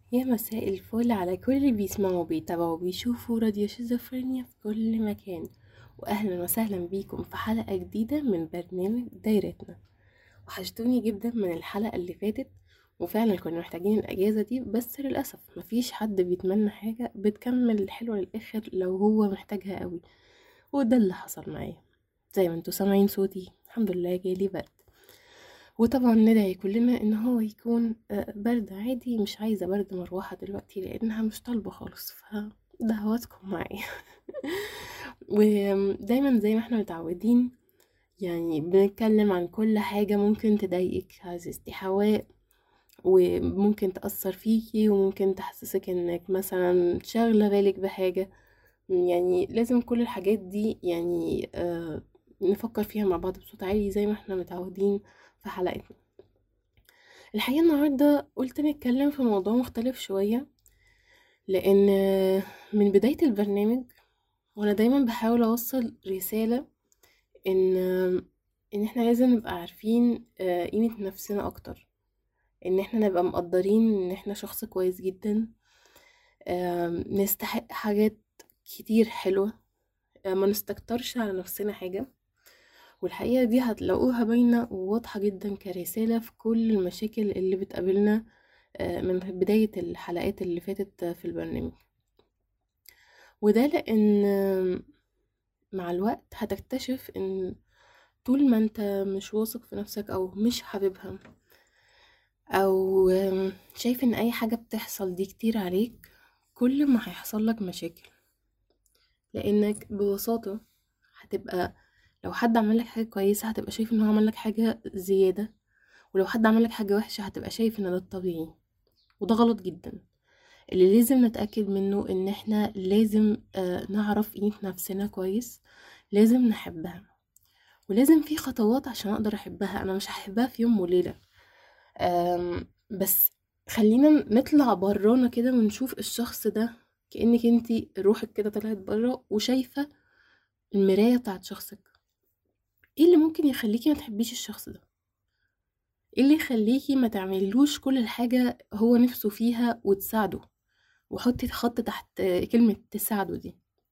يا مساء الفل على كل اللي بيسمعوا وبيتابعوا وبيشوفوا راديو شيزوفرينيا في كل مكان. واهلا وسهلا بيكم في حلقة جديدة من برنامج دايرتنا. وحشتوني جدا من الحلقة اللي فاتت، وفعلا كنا محتاجين الاجازة دي، بس للأسف مفيش حد بيتمنى حاجة بتكمل الحلوة للآخر لو هو محتاجها قوي. وده اللي حصل معايا. زي ما انتوا سامعين صوتي، الحمد لله جالي برد. وطبعا ندعي كلنا ان هو يكون برد عادي، مش عايزة برد مروحة دلوقتي لانها مش طالبة خالص، فدعواتكم معايا. ودايما زي ما احنا متعودين، يعني بنتكلم عن كل حاجة ممكن تضايقك عزيزتي حواء، وممكن تأثر فيكي، وممكن تحسسك انك مثلا شاغلة بالك بحاجة. يعني لازم كل الحاجات دي يعني نفكر فيها مع بعض بصوت عالي زي ما احنا متعودين في حلقتنا. الحقيقة النهاردة قلت نتكلم في موضوع مختلف شوية، لأن من بداية البرنامج وأنا دايما بحاول أوصل رسالة إن إحنا لازم نبقى عارفين قيمة نفسنا أكتر، إن إحنا نبقى مقدرين إن إحنا شخص كويس جدا، نستحق حاجات كتير حلوة، ما نستكترش على نفسنا حاجة. والحقيقة دي هتلاقوها باينة وواضحة جدا كرسالة في كل المشاكل اللي بتقابلنا من بداية الحلقات اللي فاتت في البرنامج. وده لأن مع الوقت هتكتشف ان طول ما انت مش واثق في نفسك او مش حاببها، او شايف ان اي حاجة بتحصل دي كتير عليك، كل ما هيحصل لك مشاكل. لانك ببساطة هتبقى، لو حد عمل لك حاجة كويسة هتبقى شايف ان هو عمل لك حاجة زيادة، ولو حد عمل لك حاجة وحشة هتبقى شايف ان ده الطبيعي. وده غلط جدا. اللي لازم نتأكد منه ان احنا لازم نعرف قيمة نفسنا كويس، لازم نحبها، ولازم في خطوات عشان اقدر احبها. انا مش هحبها في يوم وليلة، بس خلينا نطلع برانا كده ونشوف الشخص ده كأنك انتي روحك كده طلعت برا وشايفة المراية بتاعت شخصك. ايه اللي ممكن يخليكي ما تحبيش الشخص ده؟ ايه اللي يخليكي ما تعمليلوش كل الحاجة هو نفسه فيها وتساعده؟ وحطي خط تحت كلمة تساعده دي.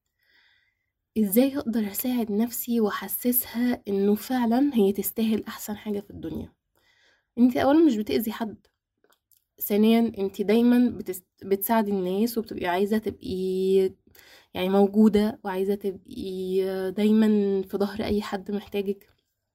ازاي اقدر اساعد نفسي واحسسها انه فعلا هي تستاهل احسن حاجة في الدنيا؟ انت اولا مش بتأذي حد، ثانيا انت دايما بتساعدي الناس وبتبقي عايزة تبقي يعني موجودة، وعايزة تبقي دايما في ظهر اي حد محتاجك،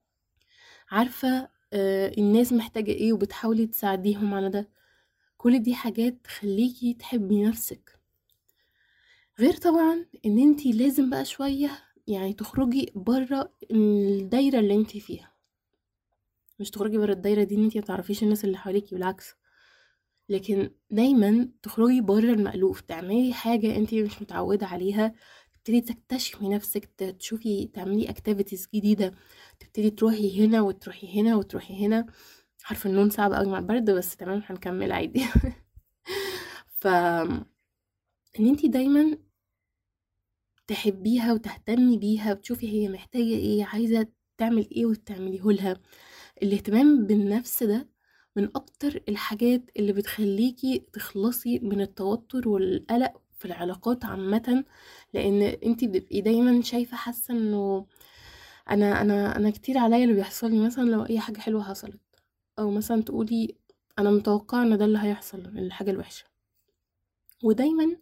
عارفة الناس محتاجة ايه وبتحاولي تساعديهم على ده. كل دي حاجات تخليكي تحبي نفسك. غير طبعا ان انتي لازم بقى شوية يعني تخرجي برا الدايرة اللي انتي فيها. مش تخرجي برا الدايرة دي ان انتي متعرفيش الناس اللي حواليكي، بالعكس، لكن دايما تخرجي برا المألوف، تعملي حاجة انتي مش متعودة عليها، تبتدي تكتشفي نفسك، تشوفي تعملي اكتيفيتيز جديدة، تبتدي تروحي هنا وتروحي هنا وتروحي هنا. عارفة النون صعب قوي مع البرد، بس تمام هنكمل عادي. ف ان انتي دايما تحبيها وتهتمي بيها وتشوفي هي محتاجة ايه، عايزة تعمل ايه وتعمليه لها. الاهتمام بالنفس ده من اكتر الحاجات اللي بتخليكي تخلصي من التوتر والقلق في العلاقات عامة. لان انتي بتبقي دايما شايفة حاسة انه انا كتير عليا اللي بيحصل لي، مثلا لو اي حاجة حلوة حصلت، او مثلا تقولي انا متوقعة ان ده اللي هيحصل، الحاجة الوحشة. ودايما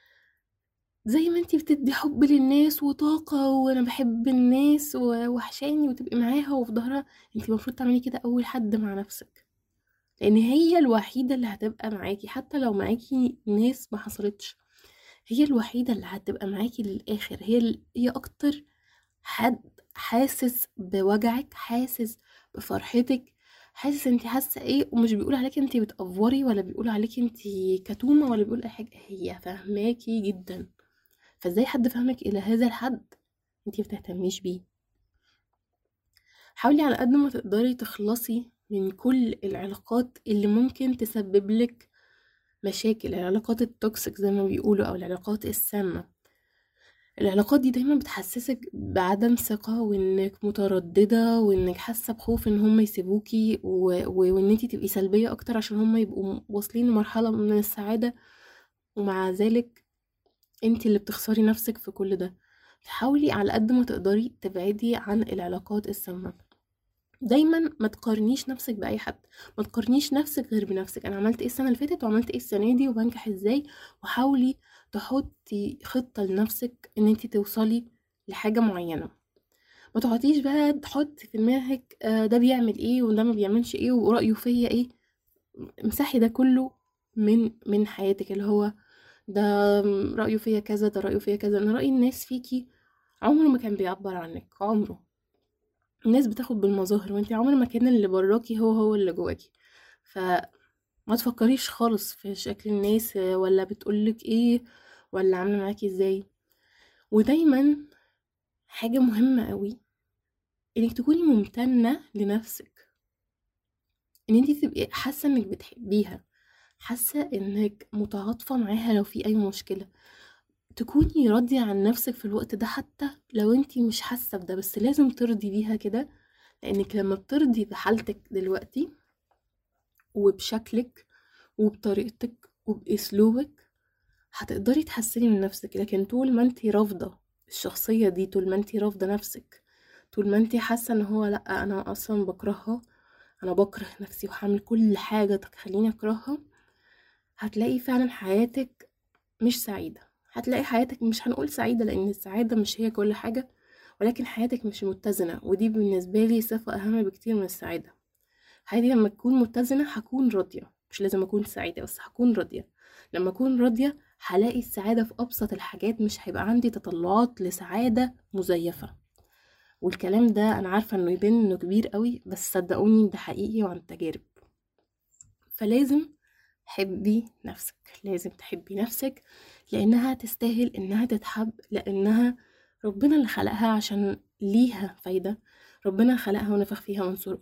زي ما انتي بتدي حب للناس وطاقة وانا بحب الناس ووحشاني وتبقي معاها وفي ظهرها، انتي المفروض تعملي كده اول حد مع نفسك، لان هي الوحيدة اللي هتبقى معاكي. حتى لو معاكي ناس ما حصلتش، هي الوحيدة اللي هتبقى معاكي للآخر. هي اكتر حد حاسس بوجعك، حاسس بفرحتك، حاسس انتي حاسة ايه، ومش بيقول عليكي انتي بتأفوري، ولا بيقول عليكي انتي كتومة، ولا بيقول اي حاجة. هي فاهماكي جدا. فازاي حد فاهمك الى هذا الحد انتي بتهتميش بيه؟ حاولي على قد ما تقدري تخلصي من كل العلاقات اللي ممكن تسبب لك مشاكل، العلاقات التوكسيك زي ما بيقولوا، او العلاقات السامة. العلاقات دي دايما بتحسسك بعدم ثقة، وانك مترددة، وانك حاسة بخوف ان هم يسيبوكي وان انتي تبقي سلبية اكتر عشان هم يبقوا واصلين لمرحلة من السعادة. ومع ذلك انتي اللي بتخسري نفسك في كل ده. تحاولي على قد ما تقدري تبعدي عن العلاقات السامة. دايما ما تقارنيش نفسك باي حد، ما تقارنيش نفسك غير بنفسك. انا عملت ايه السنه اللي فاتت وعملت ايه السنه دي وبنجح ازاي. وحاولي تحطي خطه لنفسك ان انت توصلي لحاجه معينه. ما تقعديش بقى تحطي في دماغك ده بيعمل ايه وده ما بيعملش ايه ورايه فيا ايه. امسحي ده كله من حياتك، اللي هو ده رايه فيا كذا، ده رايه فيا كذا. انا راي الناس فيكي عمره ما كان بيعبر عنك، عمره. الناس بتاخد بالمظاهر، وانتي عمر ما كان اللي براكي هو اللي جواكي. فما تفكريش خالص في شكل الناس ولا بتقولك ايه ولا عامله معاكي ازاي. ودايما حاجه مهمه قوي انك تكوني ممتنه لنفسك، ان انتي تبقي حاسه انك بتحبيها، حاسه انك متعاطفه معاها لو في اي مشكله. تكوني راضيه عن نفسك في الوقت ده حتى لو انتي مش حاسه بده، بس لازم ترضي بيها كده. لانك لما بترضي بحالتك دلوقتي وبشكلك وبطريقتك وبأسلوبك هتقدري تحسني من نفسك. لكن طول ما انتي رافضة الشخصية دي، طول ما انتي رافضة نفسك، طول ما انتي حاسة ان هو لأ انا اصلا بكرهها، انا بكره نفسي وهعمل كل حاجة تخليني اكرهها، هتلاقي فعلا حياتك مش سعيدة. هتلاقي حياتك، مش هنقول سعيدة لان السعادة مش هي كل حاجة، ولكن حياتك مش متزنة. ودي بالنسبة لي صفة اهم بكتير من السعادة. حياتي لما تكون متزنة هكون راضية، مش لازم أكون سعيدة بس هكون راضية. لما أكون راضية هلاقي السعادة في أبسط الحاجات، مش هيبقى عندي تطلعات لسعادة مزيفة. والكلام ده أنا عارفة إنه يبان إنه كبير قوي، بس صدقوني ده حقيقي وعن تجارب. فلازم حبي نفسك، لازم تحبي نفسك، لأنها تستاهل إنها تتحب، لأنها ربنا اللي خلقها عشان ليها فايدة. ربنا خلقها ونفخ فيها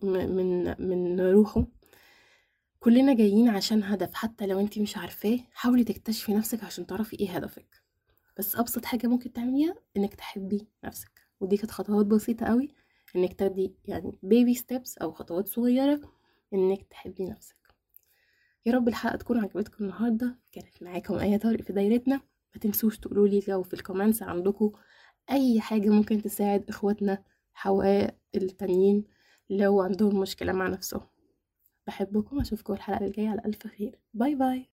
من روحه. كلنا جايين عشان هدف، حتى لو انتي مش عارفاه حاولي تكتشفي نفسك عشان تعرفي ايه هدفك. بس ابسط حاجة ممكن تعمليها انك تحبي نفسك، ودي كانت خطوات بسيطة قوي انك تاخدي يعني بيبي ستيبس او خطوات صغيرة انك تحبي نفسك. يا رب الحلقة تكون عجبتكم النهاردة. كانت معاكم اي طارق في دايرتنا. ما تنسوش تقولولي لو في الكومنتس عندكم اي حاجة ممكن تساعد اخواتنا حواء التانيين لو عندهم مشكلة مع نفسهم. بحبكم، اشوفكم الحلقة الجاية على الف خير. باي باي.